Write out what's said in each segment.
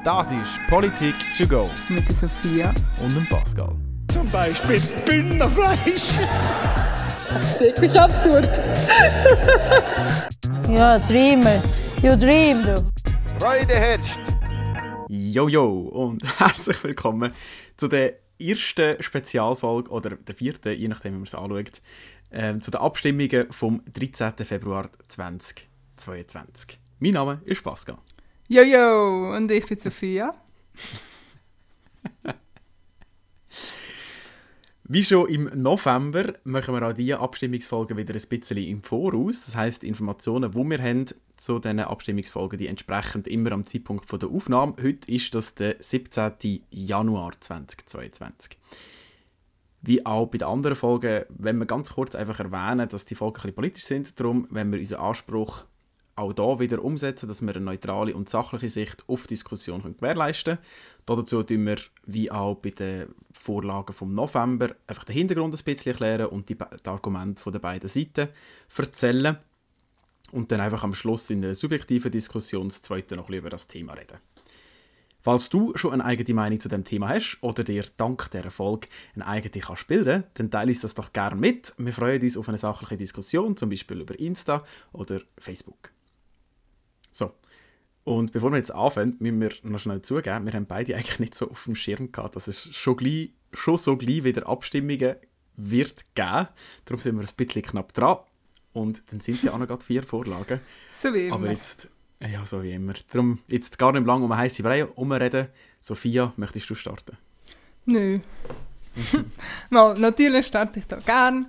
Das ist Politik to go. Mit der Sophia. Und dem Pascal. Zum Beispiel Bündnerfleisch. Das ist wirklich absurd. Ja, Dreamer. You dream, du. Freude herrscht. Jojo und herzlich willkommen zu der ersten Spezialfolge, oder der vierten, je nachdem wie man es anschaut, zu den Abstimmungen vom 13. Februar 2022. Mein Name ist Pascal. Jojo, und ich bin Sophia. Wie schon im November machen wir auch diese Abstimmungsfolgen wieder ein bisschen im Voraus. Das heisst, die Informationen, die wir haben zu diesen Abstimmungsfolgen, die entsprechend immer am Zeitpunkt der Aufnahme. Heute ist das der 17. Januar 2022. Wie auch bei den anderen Folgen, wenn wir ganz kurz einfach erwähnen, dass die Folgen ein bisschen politisch sind. Darum, wenn wir unseren Anspruch auch hier wieder umsetzen, dass wir eine neutrale und sachliche Sicht auf die Diskussion gewährleisten können. Dazu tun wir, wie auch bei den Vorlagen vom November, einfach den Hintergrund ein bisschen erklären und die Argumente von den beiden Seiten erzählen. Und dann einfach am Schluss in einer subjektiven Diskussion das Zweite noch ein bisschen über das Thema reden. Falls du schon eine eigene Meinung zu dem Thema hast oder dir dank dieser Folge eine eigene kannst bilden, dann teile uns das doch gerne mit. Wir freuen uns auf eine sachliche Diskussion, zum Beispiel über Insta oder Facebook. So, und bevor wir jetzt anfangen, müssen wir noch schnell zugeben, wir haben beide eigentlich nicht so auf dem Schirm gehabt, dass es schon so gleich wieder Abstimmungen wird geben. Darum sind wir ein bisschen knapp dran. Und dann sind es ja auch noch gerade 4 Vorlagen. So wie immer. Aber jetzt, ja, so wie immer. Darum jetzt gar nicht lang um eine heisse Brei herumreden. Sophia, möchtest du starten? Nö. Mal, natürlich starte ich da gern.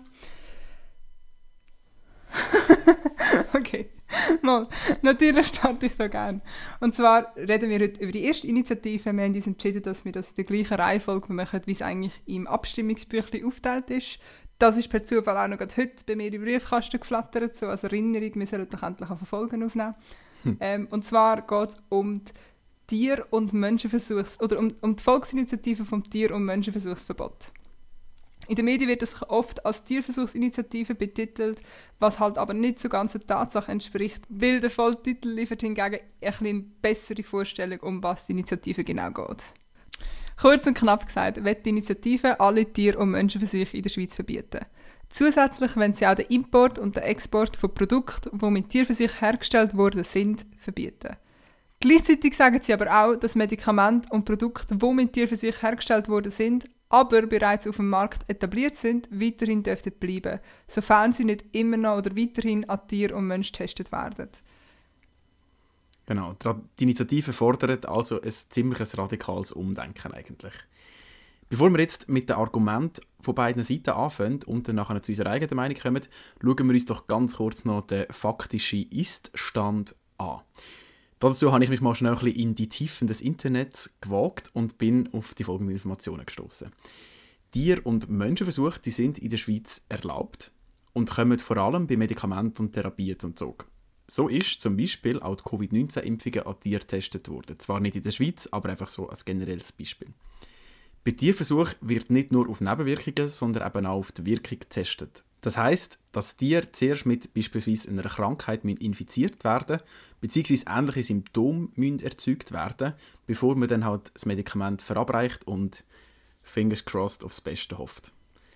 Okay. Mal, natürlich starte ich da gern. Und zwar reden wir heute über die erste Initiative. Wir haben uns entschieden, dass wir das in der gleichen Reihenfolge machen, wie es eigentlich im Abstimmungsbüchlein aufgeteilt ist. Das ist per Zufall auch noch gerade heute bei mir im Briefkasten geflattert, so als Erinnerung, wir sollen doch endlich eine Folge aufnehmen. Und zwar geht es um die Tier- und Menschenversuchs- oder um die Volksinitiative vom Tier- und Menschenversuchsverbot. In den Medien wird es oft als Tierversuchsinitiative betitelt, was halt aber nicht so ganz der Tatsache entspricht, weil der Volltitel liefert hingegen eine bessere Vorstellung, um was die Initiative genau geht. Kurz und knapp gesagt, will die Initiative alle Tier- und Menschenversuche in der Schweiz verbieten. Zusätzlich wollen sie auch den Import und den Export von Produkten, die mit Tierversuchen hergestellt worden sind, verbieten. Gleichzeitig sagen sie aber auch, dass Medikamente und Produkte, die mit Tierversuchen hergestellt worden sind, aber bereits auf dem Markt etabliert sind, weiterhin dürften bleiben, sofern sie nicht immer noch oder weiterhin an Tier und Mensch getestet werden. Genau, die Initiative fordert also ein ziemlich radikales Umdenken eigentlich. Bevor wir jetzt mit den Argumenten von beiden Seiten anfangen und dann nachher zu unserer eigenen Meinung kommen, schauen wir uns doch ganz kurz noch den faktischen Ist-Stand an. Dazu habe ich mich mal schnell ein bisschen in die Tiefen des Internets gewagt und bin auf die folgenden Informationen gestoßen. Tier- und Menschenversuche, die sind in der Schweiz erlaubt und kommen vor allem bei Medikamenten und Therapien zum Zug. So ist zum Beispiel auch die Covid-19-Impfungen an Tieren getestet worden. Zwar nicht in der Schweiz, aber einfach so als generelles Beispiel. Bei Tierversuchen wird nicht nur auf Nebenwirkungen, sondern eben auch auf die Wirkung getestet. Das heisst, dass Tiere zuerst mit beispielsweise einer Krankheit infiziert werden, bzw. ähnliche Symptome erzeugt werden, bevor man dann halt das Medikament verabreicht und fingers crossed aufs Beste hofft.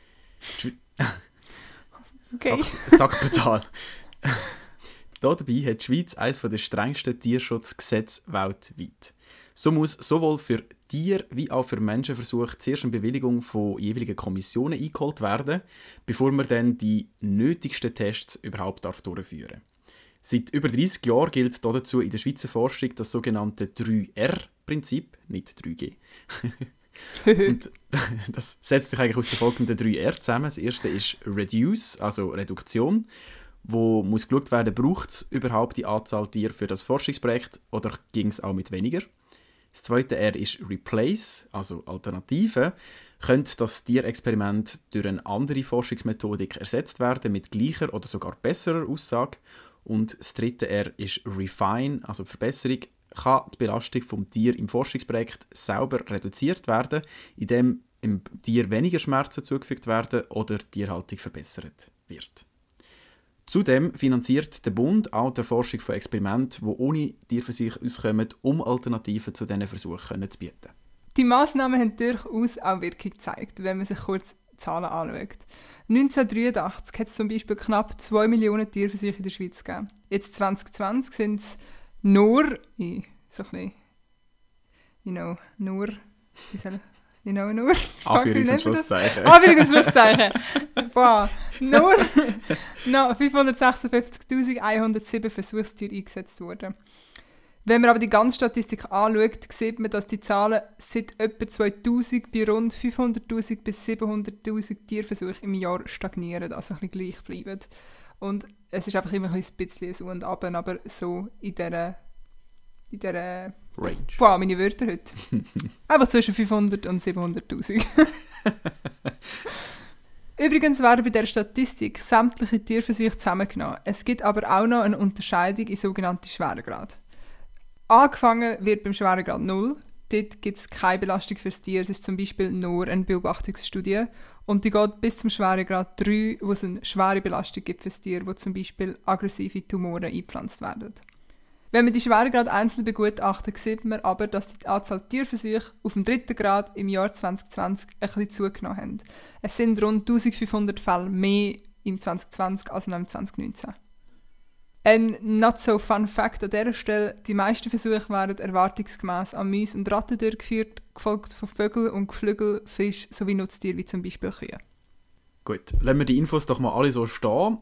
Okay. Sackpetal. Dabei hat die Schweiz eines der strengsten Tierschutzgesetze weltweit. So muss sowohl für Tier- wie auch für Menschenversuche zuerst eine Bewilligung von jeweiligen Kommissionen eingeholt werden, bevor man dann die nötigsten Tests überhaupt durchführen darf. Seit über 30 Jahren gilt dazu in der Schweizer Forschung das sogenannte 3R-Prinzip, nicht 3G. Und das setzt sich eigentlich aus den folgenden 3R zusammen. Das erste ist Reduce, also Reduktion, wo muss geschaut werden, braucht es überhaupt die Anzahl Tiere für das Forschungsprojekt oder ging es auch mit weniger? Das zweite R ist Replace, also Alternative. Könnte das Tierexperiment durch eine andere Forschungsmethodik ersetzt werden mit gleicher oder sogar besserer Aussage? Und das dritte R ist Refine, also Verbesserung. Kann die Belastung vom Tier im Forschungsprojekt selber reduziert werden, indem dem Tier weniger Schmerzen zugefügt werden oder die Tierhaltung verbessert wird? Zudem finanziert der Bund auch die Erforschung von Experimenten, die ohne Tierversuche auskommen, um Alternativen zu diesen Versuchen zu bieten. Die Massnahmen haben durchaus auch Wirkung gezeigt, wenn man sich kurz die Zahlen anschaut. 1983 hat es zum Beispiel knapp 2 Millionen Tierversuche in der Schweiz gegeben. Jetzt 2020 sind es nur, so ein bisschen, nur. Anführungs- und Schlusszeichen. Anführungs- und Schlusszeichen. Boah. Nur noch 556.107 Versuchstiere eingesetzt wurden. Wenn man aber die ganze Statistik anschaut, sieht man, dass die Zahlen seit etwa 2000 bei rund 500'000 bis 700'000 Tierversuchen im Jahr stagnieren, also ein bisschen gleich bleiben. Und es ist einfach immer ein bisschen so und ab, aber so in dieser Range. Wow, meine Wörter heute. Einfach zwischen 500 und 700'000. Übrigens werden bei der Statistik sämtliche Tierversuche zusammengenommen. Es gibt aber auch noch eine Unterscheidung in sogenannten Schweregrad. Angefangen wird beim Schweregrad 0. Dort gibt es keine Belastung fürs Tier. Es ist zum Beispiel nur eine Beobachtungsstudie. Und die geht bis zum Schweregrad 3, wo es eine schwere Belastung gibt fürs Tier, wo zum Beispiel aggressive Tumoren eingepflanzt werden. Wenn man die Schweregrad einzeln begutachtet, sieht man aber, dass die Anzahl Tierversuche auf dem 3. Grad im Jahr 2020 ein bisschen zugenommen haben. Es sind rund 1500 Fälle mehr im 2020 als im 2019. Ein Not-so-Fun-Fact an dieser Stelle: Die meisten Versuche werden erwartungsgemäss an Mäuse und Ratten durchgeführt, gefolgt von Vögeln und Geflügel, Fisch sowie Nutztieren wie zum Beispiel Kühe. Gut, lassen wir die Infos doch mal alle so stehen.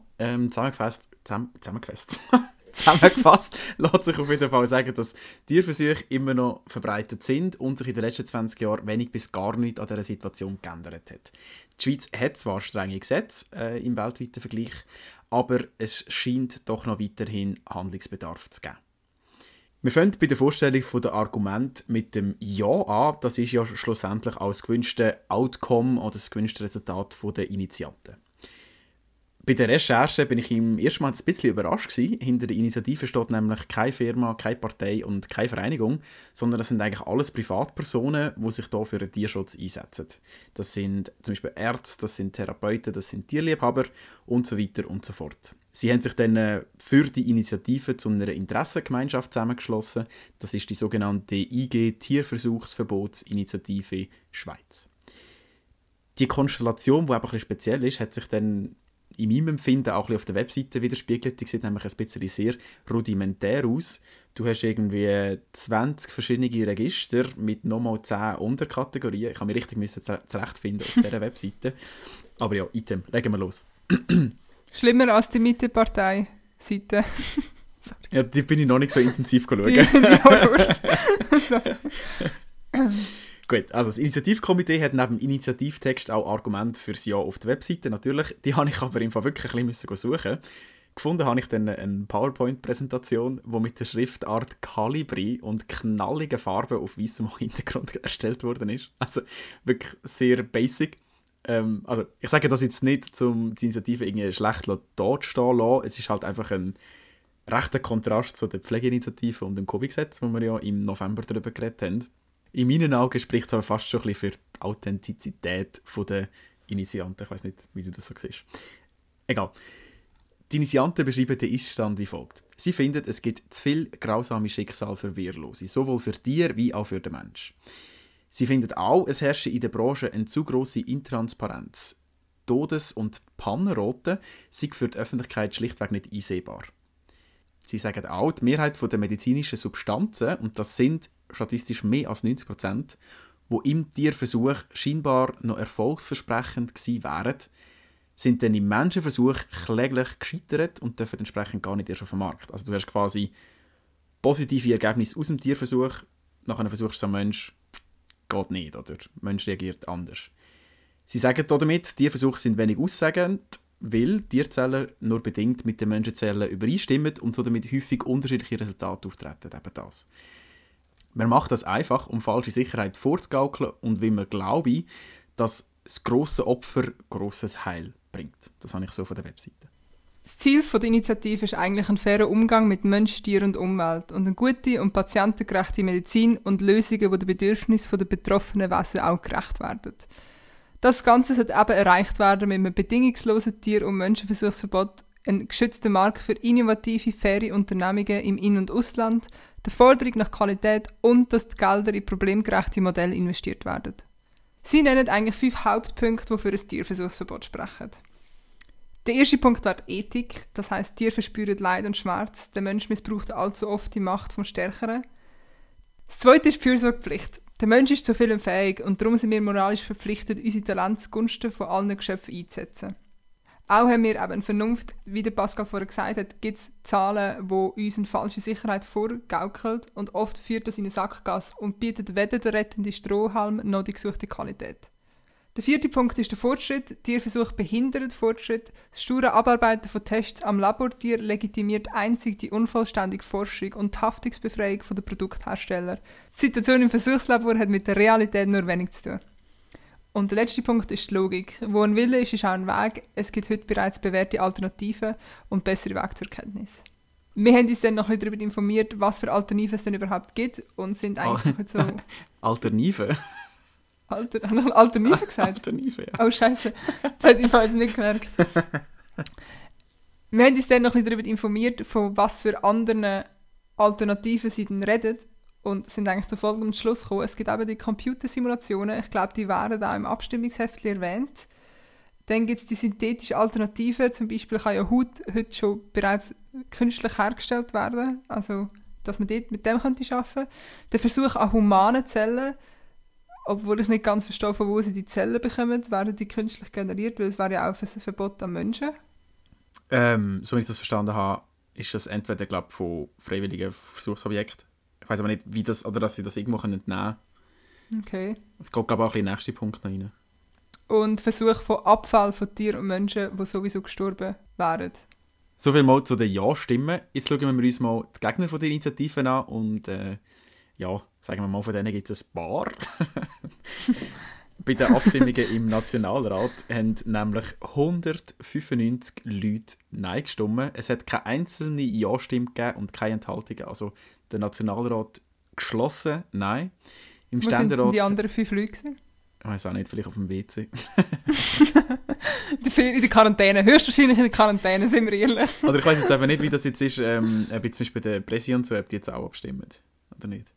Zusammengefasst lässt sich auf jeden Fall sagen, dass Tierversuche immer noch verbreitet sind und sich in den letzten 20 Jahren wenig bis gar nichts an dieser Situation geändert hat. Die Schweiz hat zwar strenge Gesetze im weltweiten Vergleich, aber es scheint doch noch weiterhin Handlungsbedarf zu geben. Wir fangen bei der Vorstellung der Argumente mit dem Ja an. Das ist ja schlussendlich auch das gewünschte Outcome oder das gewünschte Resultat der Initianten. Bei der Recherche bin ich im ersten Mal ein bisschen überrascht gewesen. Hinter der Initiative steht nämlich keine Firma, keine Partei und keine Vereinigung, sondern das sind eigentlich alles Privatpersonen, die sich hier für den Tierschutz einsetzen. Das sind zum Beispiel Ärzte, das sind Therapeuten, das sind Tierliebhaber und so weiter und so fort. Sie haben sich dann für die Initiative zu einer Interessengemeinschaft zusammengeschlossen. Das ist die sogenannte IG Tierversuchsverbotsinitiative Schweiz. Die Konstellation, die ein bisschen speziell ist, hat sich dann in meinem Empfinden auch ein bisschen auf der Webseite widerspiegelt. Die sieht nämlich ein bisschen sehr rudimentär aus. Du hast irgendwie 20 verschiedene Register mit nochmal 10 Unterkategorien. Ich habe mich richtig zurechtfinden auf dieser Webseite. Aber ja, Item, legen wir los. Schlimmer als die Mitte-Partei-Seite. Ja, die bin ich noch nicht so intensiv geschaut. Gut, also das Initiativkomitee hat neben dem Initiativtext auch Argumente fürs Ja auf der Webseite, natürlich. Die habe ich aber im Fall wirklich ein bisschen suchen. Gefunden habe ich dann eine PowerPoint-Präsentation, die mit der Schriftart Calibri und knalligen Farben auf weißem Hintergrund erstellt worden ist. Also wirklich sehr basic. Also ich sage das jetzt nicht, um die Initiative irgendwie schlecht dort stehen zu lassen. Es ist halt einfach ein rechter Kontrast zu der Pflegeinitiative und dem Covid-Gesetz, wo wir ja im November darüber geredet haben. In meinen Augen spricht es aber fast schon ein bisschen für die Authentizität der Initianten. Ich weiss nicht, wie du das so siehst. Egal. Die Initianten beschreiben den Ist-Stand wie folgt. Sie finden, es gibt zu viel grausame Schicksale für Wehrlose, sowohl für Tiere wie auch für den Menschen. Sie finden auch, es herrsche in der Branche eine zu grosse Intransparenz. Todes- und Pannenroten sind für die Öffentlichkeit schlichtweg nicht einsehbar. Sie sagen auch, die Mehrheit der medizinischen Substanzen, und das sind statistisch mehr als 90%, die im Tierversuch scheinbar noch erfolgsversprechend gewesen wären, sind dann im Menschenversuch kläglich gescheitert und dürfen entsprechend gar nicht erst auf den Markt. Also du hast quasi positive Ergebnisse aus dem Tierversuch, nach einem Versuch am Mensch geht nicht, oder der Mensch reagiert anders. Sie sagen damit, Tierversuche sind wenig aussagend, weil Tierzellen nur bedingt mit den Menschenzellen übereinstimmen und so damit häufig unterschiedliche Resultate auftreten. Eben das. Man macht das einfach, um falsche Sicherheit vorzugaukeln und weil man glaube, dass das grosse Opfer grosses Heil bringt. Das habe ich so von der Webseite. Das Ziel der Initiative ist eigentlich ein fairer Umgang mit Mensch, Tier und Umwelt und eine gute und patientengerechte Medizin und Lösungen, die den Bedürfnissen der betroffenen Wesen auch gerecht werden. Das Ganze sollte eben erreicht werden mit einem bedingungslosen Tier- und Menschenversuchsverbot, ein geschützter Markt für innovative, faire Unternehmungen im In- und Ausland, der Forderung nach Qualität und dass die Gelder in problemgerechte Modelle investiert werden. Sie nennen eigentlich 5 Hauptpunkte, die für ein Tierversuchsverbot sprechen. Der erste Punkt wäre die Ethik, das heisst, Tiere verspüren Leid und Schmerz, der Mensch missbraucht allzu oft die Macht vom Stärkeren. Das zweite ist die Fürsorgepflicht. Der Mensch ist zu vielem fähig und darum sind wir moralisch verpflichtet, unsere Talente zugunsten von allen Geschöpfen einzusetzen. Auch haben wir eben Vernunft, wie der Pascal vorher gesagt hat, gibt es Zahlen, die uns eine falsche Sicherheit vorgaukelt und oft führt das in eine Sackgasse und bietet weder den rettenden Strohhalm noch die gesuchte Qualität. Der vierte Punkt ist der Fortschritt. Tierversuch behindert Fortschritt. Das sture Abarbeiten von Tests am Labortier legitimiert einzig die unvollständige Forschung und die Haftungsbefreiung der Produkthersteller. Die Situation im Versuchslabor hat mit der Realität nur wenig zu tun. Und der letzte Punkt ist die Logik. Wo ein Wille ist, ist auch ein Weg. Es gibt heute bereits bewährte Alternativen und bessere Wege zur Kenntnis. Wir haben uns dann noch ein bisschen darüber informiert, was für Alternativen es denn überhaupt gibt und sind eigentlich so... Alternativen? Alternative gesagt? Alternative, ja. Oh Scheiße, das hätte ich falls nicht gemerkt. Wir haben uns dann noch ein bisschen darüber informiert, von was für anderen Alternativen sie denn reden und sind eigentlich zu folgendem Schluss gekommen. Es gibt eben die Computersimulationen, ich glaube, die werden auch im Abstimmungsheft erwähnt. Dann gibt es die synthetische Alternative, zum Beispiel kann ja Haut heute schon bereits künstlich hergestellt werden, also dass man dort mit dem arbeiten könnte. Der Versuch an humanen Zellen, obwohl ich nicht ganz verstehe, von wo sie die Zellen bekommen, werden die künstlich generiert, weil es wäre ja auch ein Verbot an Menschen. So wie ich das verstanden habe, ist das entweder, glaube ich, von freiwilligen Versuchsobjekten. Ich weiß aber nicht, wie das, oder dass sie das irgendwo nehmen können. Okay. Ich glaube auch ein bisschen den nächsten Punkt noch rein. Und Versuch von Abfall von Tieren und Menschen, die sowieso gestorben wären. So viel mal zu den Ja-Stimmen. Jetzt schauen wir uns mal die Gegner von der Initiative an und ja, sagen wir mal, von denen gibt es ein paar. Bei den Abstimmungen im Nationalrat haben nämlich 195 Leute Nein gestimmt. Es hat keine einzelne Ja-Stimme gegeben und keine Enthaltungen. Also der Nationalrat geschlossen Nein. Im Wo Ständerat, sind die anderen 5 Leute gewesen? Ich weiß auch nicht, vielleicht auf dem WC. In der Quarantäne. Höchstwahrscheinlich in der Quarantäne, sind wir ehrlich. Oder ich weiß jetzt eben nicht, wie das jetzt ist, ob jetzt zum Beispiel der Presse und so, ob die jetzt auch abstimmen. Oder nicht?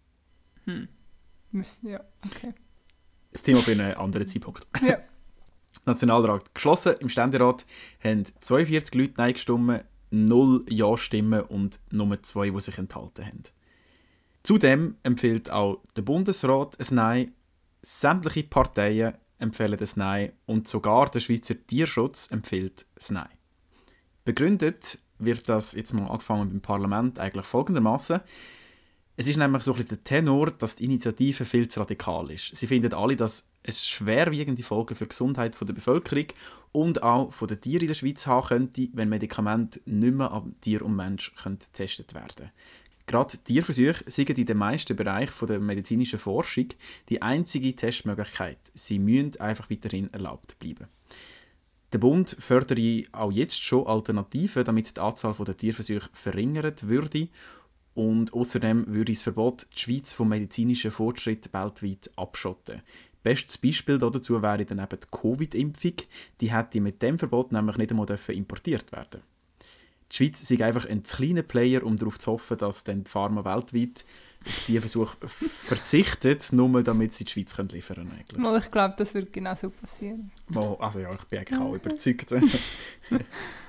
Ja, okay. Das Thema für einen anderen Zeitpunkt. Ja. Nationalrat geschlossen. Im Ständerat haben 42 Leute Nein gestimmt, 0 Ja-Stimmen und nur 2, die sich enthalten haben. Zudem empfiehlt auch der Bundesrat ein Nein, sämtliche Parteien empfehlen das Nein und sogar der Schweizer Tierschutz empfiehlt das Nein. Begründet wird das, jetzt mal angefangen beim Parlament, eigentlich folgendermaßen. Es ist nämlich so ein bisschen der Tenor, dass die Initiative viel zu radikal ist. Sie finden alle, dass es schwerwiegende Folgen für die Gesundheit der Bevölkerung und auch der Tiere in der Schweiz haben könnte, wenn Medikamente nicht mehr an Tier und Mensch getestet werden können. Gerade Tierversuche sind in den meisten Bereichen der medizinischen Forschung die einzige Testmöglichkeit. Sie müssen einfach weiterhin erlaubt bleiben. Der Bund fördere auch jetzt schon Alternativen, damit die Anzahl der Tierversuche verringert würde. Und außerdem würde das Verbot die Schweiz vom medizinischen Fortschritt weltweit abschotten. Bestes Beispiel dazu wäre dann eben die Covid-Impfung. Die hätte mit dem Verbot nämlich nicht einmal importiert werden. Die Schweiz ist einfach ein kleiner Player, um darauf zu hoffen, dass dann die Pharma weltweit auf diese Versuche verzichtet, nur damit sie die Schweiz liefern können. Ich glaube, das wird genau so passieren. Also ja, ich bin eigentlich auch überzeugt. Die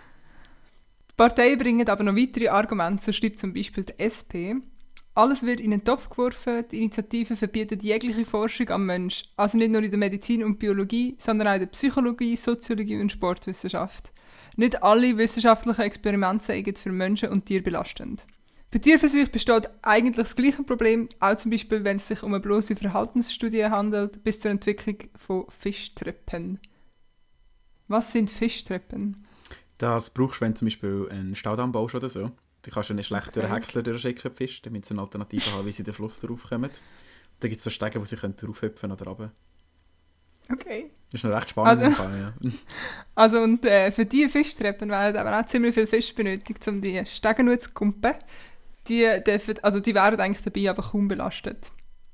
Parteien bringen aber noch weitere Argumente, so schreibt zum Beispiel die SP. Alles wird in den Topf geworfen, die Initiative verbietet jegliche Forschung am Mensch, also nicht nur in der Medizin und Biologie, sondern auch in der Psychologie, Soziologie und Sportwissenschaft. Nicht alle wissenschaftlichen Experimente seien für Menschen und Tiere belastend. Bei Tierversuchen besteht eigentlich das gleiche Problem, auch zum Beispiel, wenn es sich um eine bloße Verhaltensstudie handelt, bis zur Entwicklung von Fischtreppen. Was sind Fischtreppen? Das brauchst du, wenn du zum Beispiel einen Staudamm baust oder so. Du kannst einen schlecht durch einen Häcksler durchschicken, Fisch, damit sie eine Alternative haben, wie sie den Fluss darauf kommen. Da gibt es so Stege, wo sie draufhüpfen oder runter. Okay. Das ist noch recht spannend. Also und für diese Fischtreppen werden aber auch ziemlich viel Fisch benötigt, um die Stege zu kumpen. Die werden eigentlich dabei aber kaum belastet.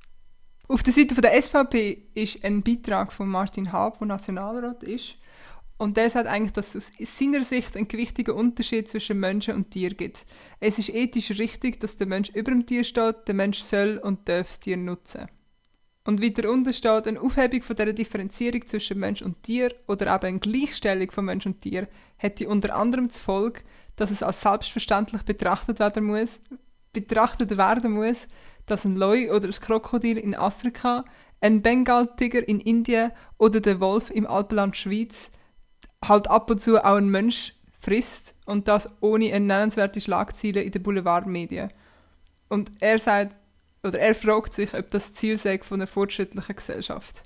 Auf der Seite der SVP ist ein Beitrag von Martin Haab, der Nationalrat ist. Und der sagt eigentlich, dass es aus seiner Sicht einen gewichtigen Unterschied zwischen Menschen und Tier gibt. Es ist ethisch richtig, dass der Mensch über dem Tier steht, der Mensch soll und darf das Tier nutzen. Und weiter unten steht, eine Aufhebung von dieser Differenzierung zwischen Mensch und Tier oder eben eine Gleichstellung von Mensch und Tier hätte unter anderem zur Folge, dass es als selbstverständlich betrachtet werden muss, dass ein Leu oder ein Krokodil in Afrika, ein Bengaltiger in Indien oder der Wolf im Alpenland Schweiz halt ab und zu auch ein Mensch frisst und das ohne eine nennenswerte Schlagzeile in den Boulevardmedien. Und er fragt sich, ob das Ziel sei von einer fortschrittlichen Gesellschaft.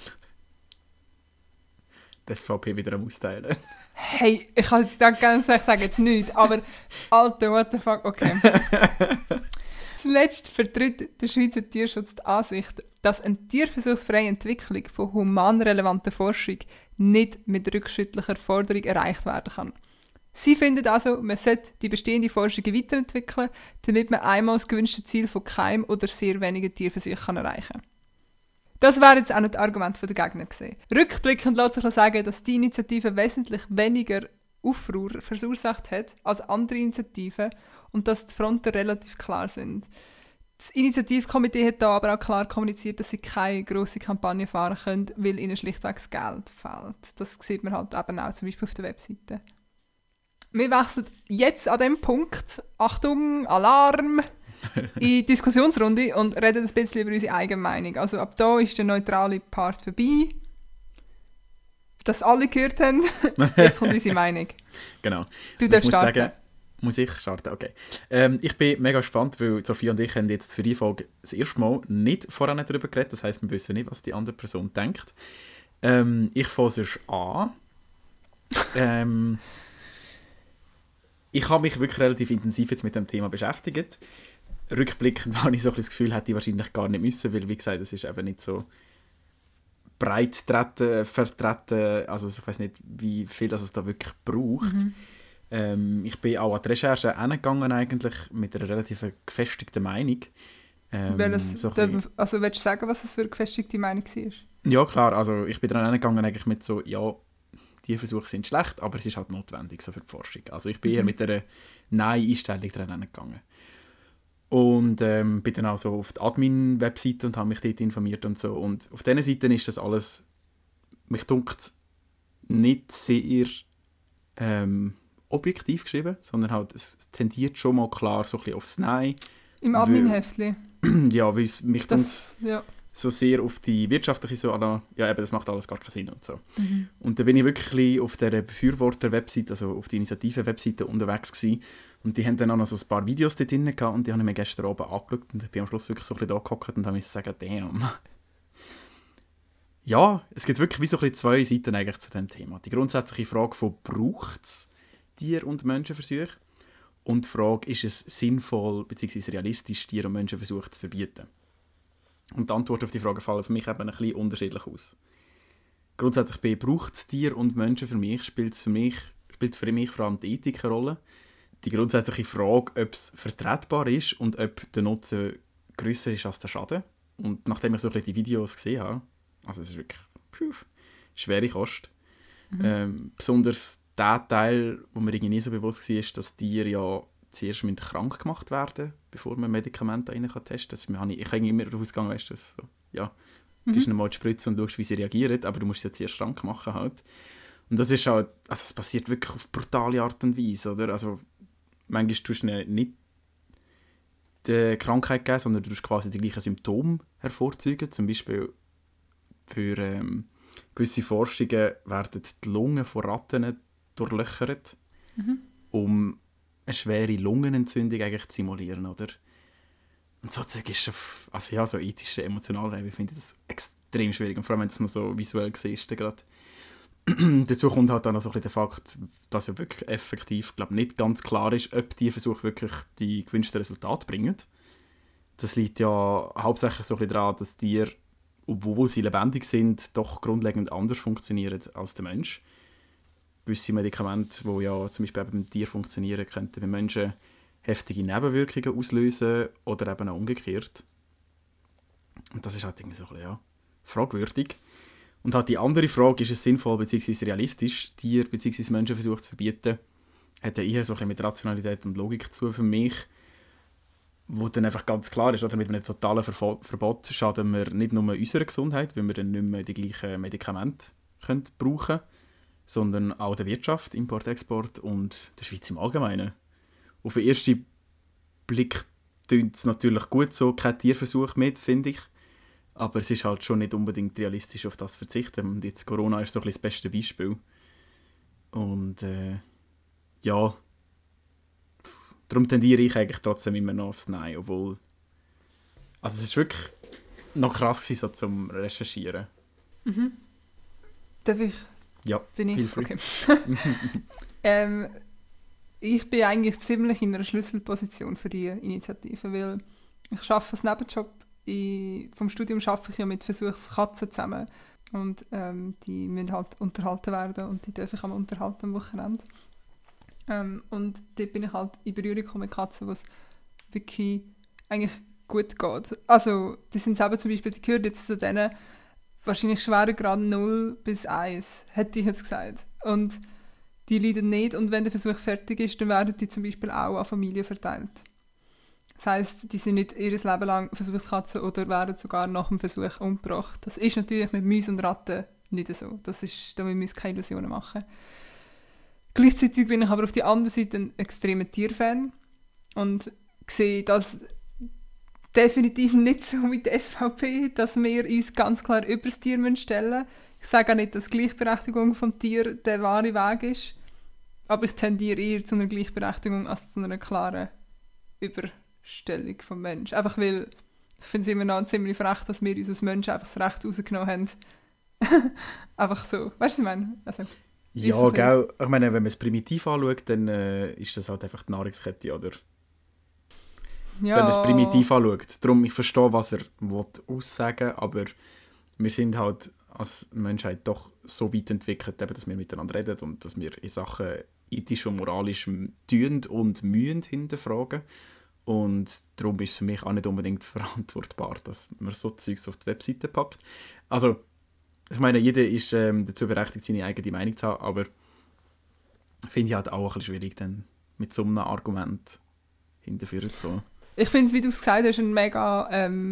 Das SVP wieder am Austeilen. Hey, ich kann jetzt gerne sagen, jetzt nichts, aber Alter, what the fuck, okay. Zuletzt vertritt der Schweizer Tierschutz die Ansicht, dass eine tierversuchsfreie Entwicklung von humanrelevanter Forschung nicht mit rückschrittlicher Forderung erreicht werden kann. Sie finden also, man sollte die bestehende Forschung weiterentwickeln, damit man einmal das gewünschte Ziel von keinem oder sehr wenigen Tierversuchen erreichen kann. Das wäre jetzt auch nicht das Argument der Gegner gewesen. Rückblickend lässt sich sagen, dass die Initiative wesentlich weniger Aufruhr verursacht hat als andere Initiativen und dass die Fronten relativ klar sind. Das Initiativkomitee hat da aber auch klar kommuniziert, dass sie keine grosse Kampagne fahren können, weil ihnen schlichtweg das Geld fehlt. Das sieht man halt eben auch zum Beispiel auf der Webseite. Wir wechseln jetzt an dem Punkt, Achtung, Alarm, in die Diskussionsrunde und reden ein bisschen über unsere eigene Meinung. Also ab da ist der neutrale Part vorbei. Dass alle gehört haben. Jetzt kommt unsere Meinung. Genau. Du darfst starten. Sagen, muss ich starten? Okay. Ich bin mega gespannt, weil Sophie und ich haben jetzt für die Folge das erste Mal nicht vorher darüber geredet. Das heisst, wir wissen nicht, was die andere Person denkt. Ich fange sonst an. Ich habe mich wirklich relativ intensiv jetzt mit dem Thema beschäftigt. Rückblickend habe ich so ein das Gefühl, hätte ich wahrscheinlich gar nicht müssen, weil, wie gesagt, es ist eben nicht so breit vertreten, also ich weiß nicht, wie viel das es da wirklich braucht. Ich bin auch an die Recherche hingegangen eigentlich mit einer relativ gefestigten Meinung. Willst du sagen, was es für eine gefestigte Meinung war? Ja, klar, also ich bin daran hingegangen eigentlich mit so, ja, die Versuche sind schlecht, aber es ist halt notwendig so für die Forschung. Also ich bin eher mit einer Nein-Einstellung daran hingegangen. Und bin dann auch so auf die Admin-Webseite und habe mich dort informiert und so. Und auf diesen Seiten ist das alles, mich dunkt, nicht sehr objektiv geschrieben, sondern halt, es tendiert schon mal klar so ein bisschen aufs Nein. Im Admin-Heftli? Ja, weil es mich dunkt, ja. so sehr auf die wirtschaftliche so, ja eben, das macht alles gar keinen Sinn und so. Und da bin ich wirklich auf der Befürworter-Webseite, also auf die Initiative-Webseite unterwegs gewesen. Und die haben dann auch noch so ein paar Videos dort drin gehabt und die habe ich mir gestern oben angeschaut und ich bin am Schluss wirklich so ein bisschen da gehockt und habe mir gesagt, damn. Ja, es gibt wirklich wie so ein bisschen zwei Seiten eigentlich zu diesem Thema. Die grundsätzliche Frage von, braucht es Tier- und Menschenversuche? Und die Frage, ist es sinnvoll bzw. realistisch, Tier- und Menschenversuche zu verbieten? Und die Antworten auf die Frage fallen für mich eben ein bisschen unterschiedlich aus. Grundsätzlich braucht es Tier und Menschen für mich, spielt für mich vor allem die Ethik eine Rolle. Die grundsätzliche Frage, ob es vertretbar ist und ob der Nutzen grösser ist als der Schaden. Und nachdem ich so ein bisschen die Videos gesehen habe, also es ist wirklich schwere Kost. Besonders der Teil, wo mir irgendwie nie so bewusst war, dass Tiere ja zuerst krank gemacht werden, bevor man Medikamente rein testen kann. Ich habe immer davon ausgegangen, weißt du, so, ja, gibst ihnen mal die Spritze und schaust, wie sie reagieren, aber du musst sie ja zuerst krank machen halt. Und das ist halt, also es passiert wirklich auf brutale Art und Weise, oder? Also manchmal tust du ihnen nicht die Krankheit geben, sondern du tust quasi die gleichen Symptome hervorzeugen. Zum Beispiel für gewisse Forschungen werden die Lungen von Ratten durchlöchert, um eine schwere Lungenentzündung eigentlich zu simulieren, oder? Und so Zeug ist also ja, so ethische, emotionale Ebene finde ich das extrem schwierig. Und vor allem, wenn du es noch so visuell siehst, gerade. Dazu kommt halt dann noch so ein bisschen der Fakt, dass ja wirklich effektiv, glaube nicht ganz klar ist, ob die Versuche wirklich die gewünschten Resultate bringen. Das liegt ja hauptsächlich so ein bisschen daran, dass Tiere, obwohl sie lebendig sind, doch grundlegend anders funktionieren als der Mensch. Gewisse Medikamente, die ja zum Beispiel beim Tier funktionieren, könnten bei Menschen heftige Nebenwirkungen auslösen oder eben auch umgekehrt. Und das ist halt irgendwie so ein bisschen, ja, fragwürdig. Und halt die andere Frage, ist es sinnvoll bzw. realistisch, Tier- bzw. Menschenversuche zu verbieten, hat ja eher so ein bisschen mit Rationalität und Logik zu tun für mich, wo dann einfach ganz klar ist, oder mit einem totalen Verbot schaden wir nicht nur unserer Gesundheit, weil wir dann nicht mehr die gleichen Medikamente brauchen können, sondern auch der Wirtschaft, Import, Export und der Schweiz im Allgemeinen. Auf den ersten Blick tönt es natürlich gut so, kein Tierversuch mit, finde ich. Aber es ist halt schon nicht unbedingt realistisch, auf das zu verzichten. Und jetzt Corona ist so ein bisschen das beste Beispiel. Und ja, darum tendiere ich eigentlich trotzdem immer noch aufs Nein. Obwohl, also es ist wirklich noch krass so zum Recherchieren. Mhm. Darf ich? Ja, bin ich? free. Okay. Ich bin eigentlich ziemlich in einer Schlüsselposition für diese Initiative, weil ich arbeite als Nebenjob. Vom Studium arbeite ich ja mit Versuchskatzen zusammen. Und die müssen halt unterhalten werden und die darf ich auch unterhalten am Wochenende. Und dort bin ich halt in Berührung gekommen mit Katzen, wo es wirklich eigentlich gut geht. Also, die sind selber zum Beispiel, die gehören jetzt zu denen wahrscheinlich Schweregrad 0 bis 1, hätte ich jetzt gesagt. Und die leiden nicht und wenn der Versuch fertig ist, dann werden die zum Beispiel auch an Familien verteilt. Das heisst, die sind nicht ihr Leben lang Versuchskatzen oder werden sogar nach dem Versuch umgebracht. Das ist natürlich mit Mäusen und Ratten nicht so. Da müssen wir keine Illusionen machen. Gleichzeitig bin ich aber auf der anderen Seite ein extremer Tierfan und sehe das definitiv nicht so wie die SVP, dass wir uns ganz klar über das Tier stellen müssen. Ich sage auch nicht, dass Gleichberechtigung vom Tier der wahre Weg ist, aber ich tendiere eher zu einer Gleichberechtigung als zu einer klaren Überstellung vom Menschen. Einfach weil ich finde es immer noch ziemlich frech, dass wir uns als Menschen einfach das Recht rausgenommen haben. Einfach so. Weißt du, was ich meine? Also, ja, gell. Ich meine, wenn man es primitiv anschaut, dann ist das halt einfach die Nahrungskette, oder? Ja. Wenn man es primitiv anschaut. Darum, ich verstehe, was er aussagen will, aber wir sind halt als Menschheit doch so weit entwickelt, eben, dass wir miteinander reden und dass wir in Sachen ethisch und moralisch tun und mühen hinterfragen. Und darum ist es für mich auch nicht unbedingt verantwortbar, dass man so Zeugs auf die Webseite packt. Also, ich meine, jeder ist dazu berechtigt, seine eigene Meinung zu haben, aber finde ich halt auch ein bisschen schwierig, dann mit so einem Argument hinterführen zu kommen. Ich finde es, wie du es gesagt hast, eine mega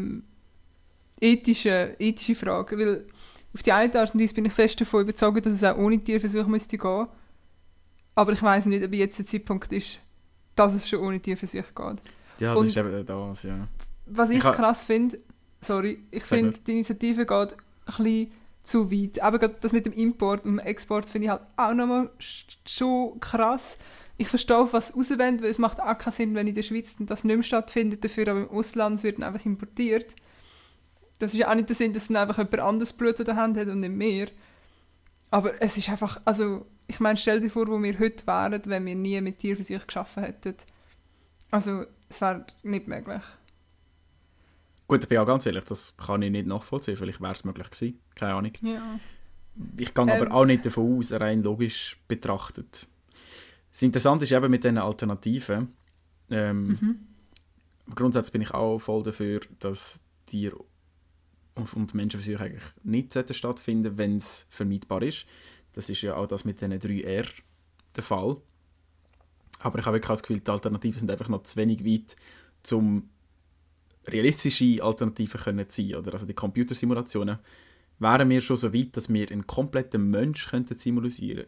ethische Frage, weil auf die eine Art und Weise bin ich fest davon überzeugt, dass es auch ohne Tierversuch müsste gehen. Aber ich weiss nicht, ob jetzt der Zeitpunkt ist, dass es schon ohne Tierversuch geht. Ja, das ist eben das, ja. Was ich krass finde, ich finde, die Initiative geht ein bisschen zu weit. Aber gerade das mit dem Import und dem Export finde ich halt auch nochmal schon krass. Ich verstehe, auf was sie rauswollen, weil es macht auch keinen Sinn, wenn in der Schweiz das nicht mehr stattfindet, dafür aber im Ausland wird dann einfach importiert. Das ist ja auch nicht der Sinn, dass dann einfach jemand anderes Blut in der Hand hat und nicht mehr. Aber es ist einfach, also ich meine, stell dir vor, wo wir heute wären, wenn wir nie mit Tierversuchen geschaffen hätten. Also es wäre nicht möglich. Gut, ich bin auch ganz ehrlich, das kann ich nicht nachvollziehen. Vielleicht wäre es möglich gewesen, keine Ahnung. Ja. Ich gehe aber auch nicht davon aus, rein logisch betrachtet. Das Interessante ist eben mit diesen Alternativen. Grundsätzlich bin ich auch voll dafür, dass Tier- und Menschenversuche eigentlich nicht stattfinden, wenn es vermeidbar ist. Das ist ja auch das mit diesen 3R der Fall. Aber ich habe wirklich das Gefühl, die Alternativen sind einfach noch zu wenig weit, um realistische Alternativen zu sein. Oder? Also die Computersimulationen wären wir schon so weit, dass wir einen kompletten Mensch simulieren.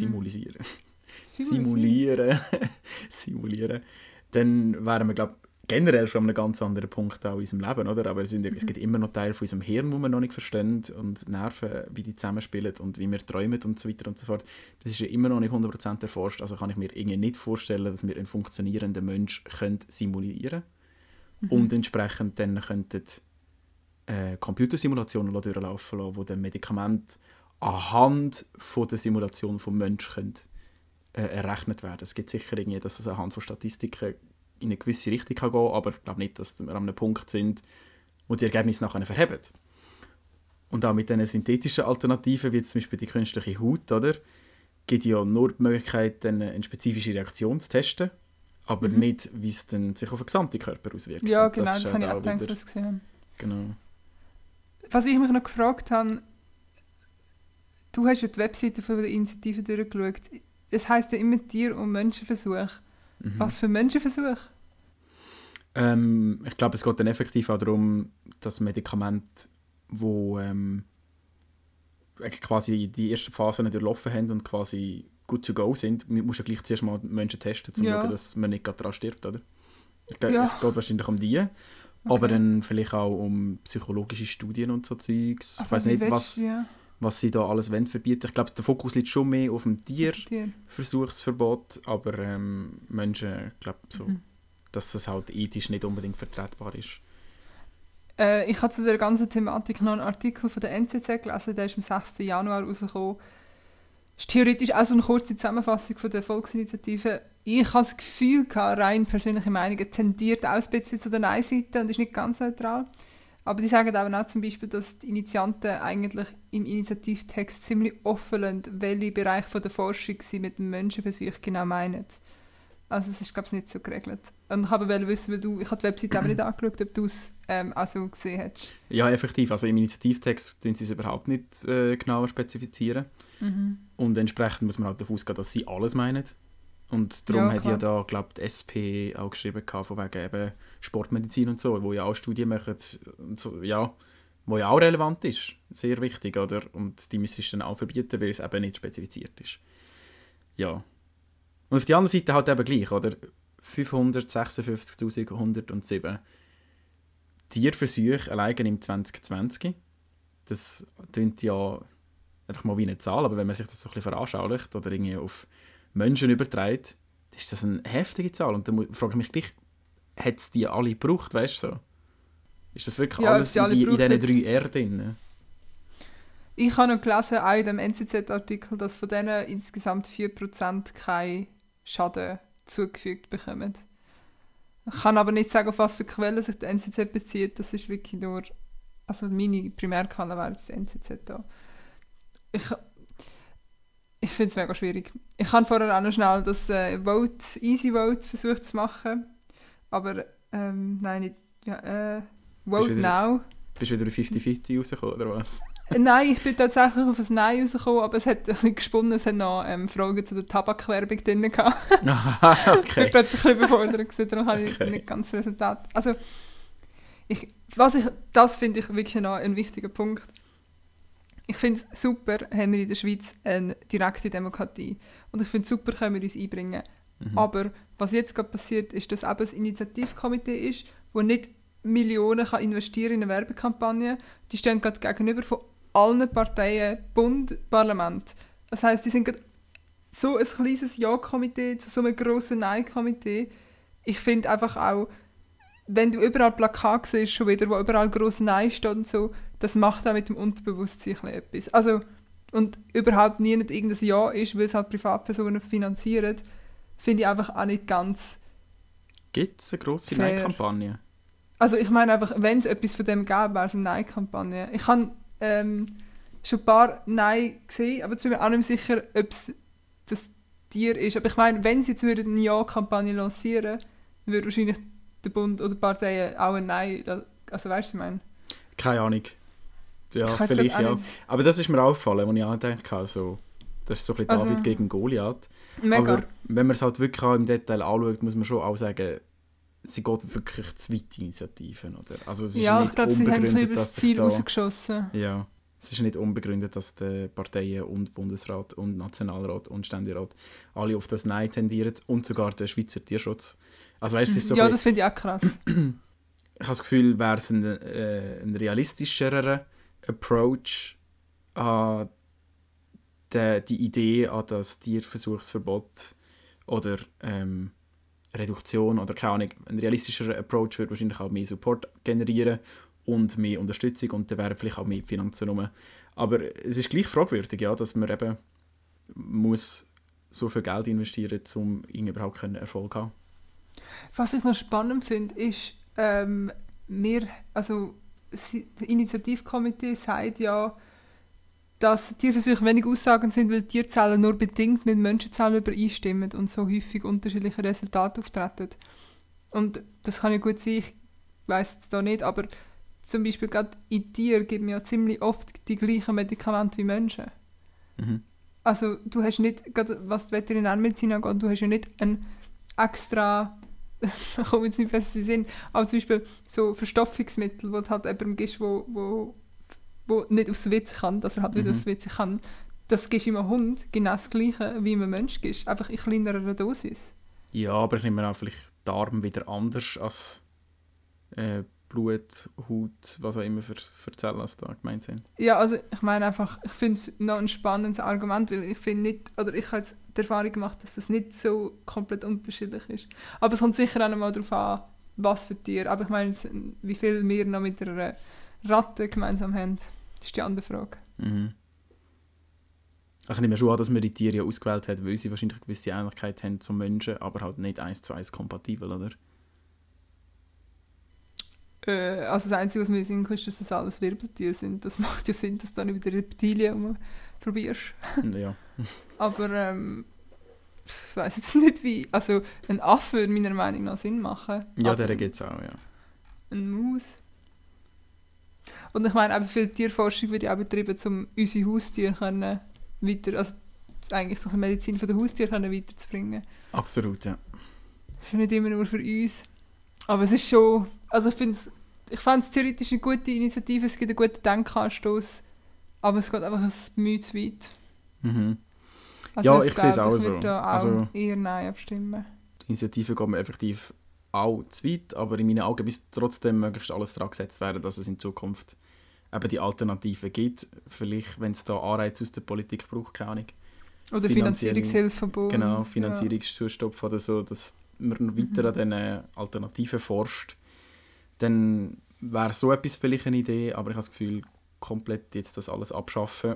Dann wären wir, glaube ich, generell schon an einem ganz anderen Punkt auch in unserem Leben, oder? Aber es gibt immer noch Teile von unserem Hirn, die wir noch nicht verstehen und Nerven, wie die zusammenspielen und wie wir träumen und so weiter und so fort. Das ist ja immer noch nicht 100% erforscht, also kann ich mir irgendwie nicht vorstellen, dass wir einen funktionierenden Mensch simulieren können und entsprechend dann könnten Computersimulationen durchlaufen lassen, wo dann Medikamente anhand von der Simulation vom Menschen errechnet werden. Es gibt sicher irgendwie, dass es anhand von Statistiken in eine gewisse Richtung gehen kann, aber ich glaube nicht, dass wir an einem Punkt sind, wo die Ergebnisse nachher verheben. Und auch mit diesen synthetischen Alternativen, wie jetzt zum Beispiel die künstliche Haut, oder, gibt ja nur die Möglichkeit, eine spezifische Reaktion zu testen, aber nicht, wie es dann sich auf den gesamten Körper auswirkt. Ja, genau, das habe ich auch gedacht, das gesehen. Genau. Was ich mich noch gefragt habe, du hast ja die Webseite von der Initiative durchgeschaut. Es heisst ja immer Tier- und Menschenversuch. Was für Menschenversuch? Ich glaube, es geht dann effektiv auch darum, dass Medikamente, wo quasi die ersten Phasen durchlaufen haben und quasi good to go sind, musst du ja gleich zuerst mal Menschen testen, um zu schauen, dass man nicht daran stirbt, oder? Ja. Es geht wahrscheinlich um die, aber dann vielleicht auch um psychologische Studien und so Zeugs. Ich weiß nicht, was sie da alles verbieten. Ich glaube, der Fokus liegt schon mehr auf dem Tierversuchsverbot, aber Menschen, ich glaube, so, dass das halt ethisch nicht unbedingt vertretbar ist. Ich habe zu der ganzen Thematik noch einen Artikel von der NZZ gelesen, der ist am 6. Januar rausgekommen. Das ist theoretisch auch so eine kurze Zusammenfassung von der Volksinitiative. Ich habe das Gefühl, rein persönliche Meinung, tendiert auch ein bisschen zu der Nein-Seite und ist nicht ganz neutral. Aber die sagen auch zum Beispiel, dass die Initianten eigentlich im Initiativtext ziemlich offen lassen, welche Bereiche der Forschung sie mit dem Menschenversuch genau meinen. Also es ist, glaube ich, nicht so geregelt. Und ich wollte wissen, weil ich habe die Webseite aber nicht angeschaut, ob du es auch so gesehen hast. Ja, effektiv. Also im Initiativtext tun sie es überhaupt nicht genauer spezifizieren. Und entsprechend muss man halt davon ausgehen, dass sie alles meinen. Und darum hat ja da, glaube ich, die SP auch geschrieben, von wegen eben Sportmedizin und so, wo ja auch Studien machen, und so, ja, wo ja auch relevant ist. Sehr wichtig, oder? Und die müsstest du dann auch verbieten, weil es eben nicht spezifiziert ist. Ja. Und auf der anderen Seite halt eben gleich, oder? 556.107 Tierversuche allein im 2020. Das klingt ja einfach mal wie eine Zahl, aber wenn man sich das so ein bisschen veranschaulicht oder irgendwie auf Menschen überträgt, ist das eine heftige Zahl. Und dann frage ich mich gleich, hat es die alle gebraucht, weißt du so? Ist das wirklich alles in diesen 3 R drin? Ich habe noch gelesen, auch in dem NZZ-Artikel, dass von denen insgesamt 4% keinen Schaden zugefügt bekommen. Ich kann aber nicht sagen, auf was für Quellen sich der NZZ bezieht. Das ist wirklich nur... Also meine Primärquelle wäre das NZZ da. Ich finde es mega schwierig. Ich habe vorher auch noch schnell das Easy Vote versucht zu machen. Aber nein, nicht... Ja, Vote Now. Bist du wieder bei 50-50 rausgekommen, oder was? Nein, ich bin tatsächlich auf ein Nein rausgekommen, aber es hat ein bisschen gesponnen, es hat noch Fragen zu der Tabakwerbung drin gehabt. Okay. Ich bin plötzlich ein bisschen befordert gewesen, darum habe ich nicht ganz das Resultat. Also, das finde ich wirklich noch ein wichtiger Punkt. Ich finde es super, haben wir in der Schweiz eine direkte Demokratie. Und ich finde es super, können wir uns einbringen. Aber was jetzt gerade passiert, ist, dass eben ein Initiativkomitee ist, das nicht Millionen kann investieren in eine Werbekampagne. Die stehen gerade gegenüber von allen Parteien, Bund, Parlament. Das heisst, die sind gerade so ein kleines Ja-Komitee zu so einem grossen Nein-Komitee. Ich finde einfach auch, wenn du überall Plakate siehst, schon wieder, wo überall gross Nein steht und so, das macht auch mit dem Unterbewusstsein etwas. Also, und überhaupt nie nicht irgendein Ja ist, weil es halt Privatpersonen finanzieren, finde ich einfach auch nicht ganz. Gibt es eine grosse Nein-Kampagne? Also ich meine einfach, wenn es etwas von dem gäbe, wäre es eine Nein-Kampagne. Ich habe schon ein paar Nein gesehen, aber jetzt bin ich mir auch nicht sicher, ob es das Tier ist. Aber ich meine, wenn sie jetzt eine Ja-Kampagne lancieren, würde wahrscheinlich der Bund oder die Parteien auch ein Nein... Also weißt du, was ich meine? Keine Ahnung. Ja, vielleicht ja. Aber das ist mir aufgefallen, als ich angedacht habe. So, das ist so ein bisschen David gegen Goliath. Mega. Aber wenn man es halt wirklich auch im Detail anschaut, muss man schon auch sagen, sie geht wirklich zu weit, die Initiativen. Oder? Also es ist ja, nicht ich glaube, sie haben ein bisschen das Ziel rausgeschossen. Ja, es ist nicht unbegründet, dass die Parteien und Bundesrat und Nationalrat und Ständerat alle auf das Nein tendieren und sogar der Schweizer Tierschutz. Also, weißt, es ist so ja, das finde ich auch krass. Ich habe das Gefühl, wäre es ein realistischerer Approach an die Idee an das Tierversuchsverbot oder Reduktion oder keine Ahnung. Ein realistischerer Approach würde wahrscheinlich auch mehr Support generieren und mehr Unterstützung und dann wären vielleicht auch mehr Finanzen rum. Aber es ist gleich fragwürdig, ja, dass man eben muss so viel Geld investieren muss, um überhaupt Erfolg zu haben. Was ich noch spannend finde, ist, das Initiativkomitee sagt ja, dass Tierversuche wenig aussagend sind, weil Tierzellen nur bedingt mit Menschenzellen übereinstimmen und so häufig unterschiedliche Resultate auftreten. Und das kann ja gut sein, ich weiss es da nicht, aber zum Beispiel gerade in Tieren gibt man ja ziemlich oft die gleichen Medikamente wie Menschen. Mhm. Also du hast nicht, gerade was die Veterinärmedizin angeht, du hast ja nicht ein extra, ich komme jetzt nicht besser in den Sinn, aber zum Beispiel so Verstopfungsmittel, wo du halt jemandem gibst, wo nicht aufs WC kann, dass er halt wieder aufs WC kann, das gibst du einem Hund genau das Gleiche, wie einem Mensch gibst, einfach in kleinerer Dosis. Ja, aber ich nehme auch vielleicht Darm wieder anders als Blut, Haut, was auch immer für Zellen da gemeint sind. Ja, also ich meine einfach, ich finde es noch ein spannendes Argument, weil ich finde nicht, oder ich habe jetzt die Erfahrung gemacht, dass das nicht so komplett unterschiedlich ist. Aber es kommt sicher auch noch mal darauf an, was für Tiere. Aber ich meine, wie viel wir noch mit einer Ratte gemeinsam haben, das ist die andere Frage. Mhm. Ich nehme schon an, dass man die Tiere ja ausgewählt hat, weil sie wahrscheinlich eine gewisse Ähnlichkeit haben zum Menschen, aber halt nicht 1:1 kompatibel, oder? Also das Einzige, was mir in den Sinn kommt, ist, dass das alles Wirbeltiere sind. Das macht ja Sinn, dass du dann über die Reptilien probierst. Ja. Aber ich weiss jetzt nicht, wie... Also ein Affe würde meiner Meinung nach Sinn machen. Ja, der gibt es auch, ja. Ein Maus. Und ich meine, eben viel Tierforschung wird ja auch betrieben, um unsere Haustiere können also eigentlich so eine Medizin von den Haustieren weiterzubringen. Absolut, ja. Das ist ja nicht immer nur für uns. Aber es ist schon... Also ich fand es theoretisch eine gute Initiative, es gibt einen guten Denkanstoss, aber es geht einfach ein Mühe zu weit. Mhm. Also ja, ich sehe es auch ich so. würde da auch Also, eher Nein abstimmen. die Initiative geht mir effektiv auch zu weit, aber in meinen Augen müsste trotzdem möglichst alles daran gesetzt werden, dass es in Zukunft eben die Alternativen gibt. Vielleicht, wenn es da Anreize aus der Politik braucht, keine Ahnung. Oder Finanzierungshilfe von Bund. Genau, Finanzierungszustopf oder so, dass man weiter an diesen Alternativen forscht. Dann wäre so etwas vielleicht eine Idee, aber ich habe das Gefühl, komplett jetzt das alles abschaffen,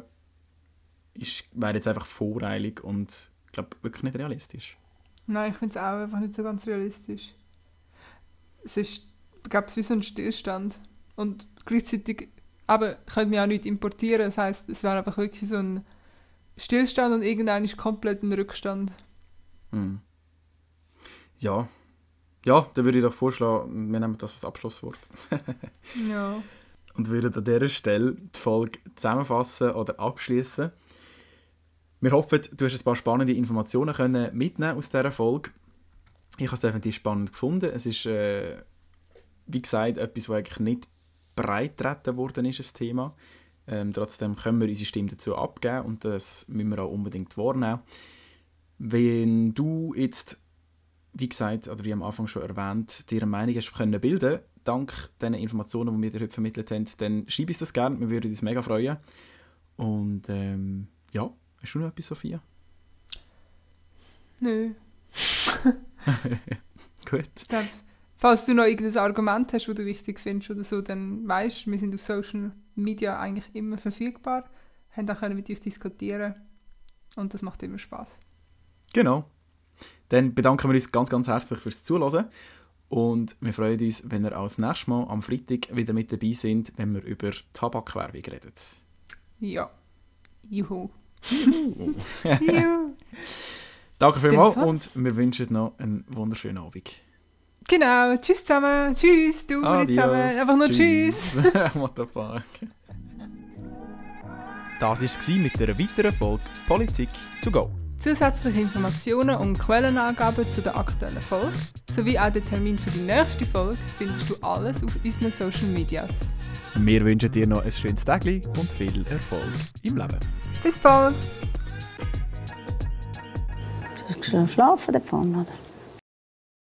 wäre jetzt einfach voreilig und ich glaube wirklich nicht realistisch. Nein, ich finde es auch einfach nicht so ganz realistisch. Es ist, glaube ich, wie so ein Stillstand. Und gleichzeitig können wir auch nichts importieren. Das heisst, es wäre einfach wirklich so ein Stillstand und irgendwann ist komplett ein Rückstand. Mhm. Ja. Ja, dann würde ich doch vorschlagen, wir nehmen das als Abschlusswort. Ja. Und würden an dieser Stelle die Folge zusammenfassen oder abschließen. Wir hoffen, du hast ein paar spannende Informationen können mitnehmen aus dieser Folge. Ich habe es definitiv spannend gefunden. Es ist, wie gesagt, etwas, das eigentlich nicht breit getreten worden ist, ein Thema. Trotzdem können wir unsere Stimme dazu abgeben und das müssen wir auch unbedingt wahrnehmen. Wenn du jetzt, wie gesagt, oder wie am Anfang schon erwähnt, dir eine Meinung hast können bilden, dank den Informationen, die wir dir heute vermittelt haben, dann schreib uns das gerne, wir würden uns mega freuen. Und ja, hast du noch etwas, Sophia? Nö. Gut. Falls du noch irgendein Argument hast, das du wichtig findest oder so, dann weisst, wir sind auf Social Media eigentlich immer verfügbar, haben auch mit euch diskutieren und das macht immer Spass. Genau. Dann bedanken wir uns ganz, ganz herzlich fürs Zuhören und wir freuen uns, wenn ihr auch das nächste Mal am Freitag wieder mit dabei sind, wenn wir über Tabakwerbung reden. Ja. Juhu. Juhu. Danke vielmals und wir wünschen noch einen wunderschönen Abend. Genau. Tschüss zusammen. Tschüss, du nicht zusammen. Einfach nur tschüss. What the fuck. Das war es mit einer weiteren Folge Politik to go. Zusätzliche Informationen und Quellenangaben zu der aktuellen Folge sowie auch den Termin für die nächste Folge findest du alles auf unseren Social Medias. Wir wünschen dir noch ein schönes Tag und viel Erfolg im Leben. Bis bald! Du hast schlafen davon, oder?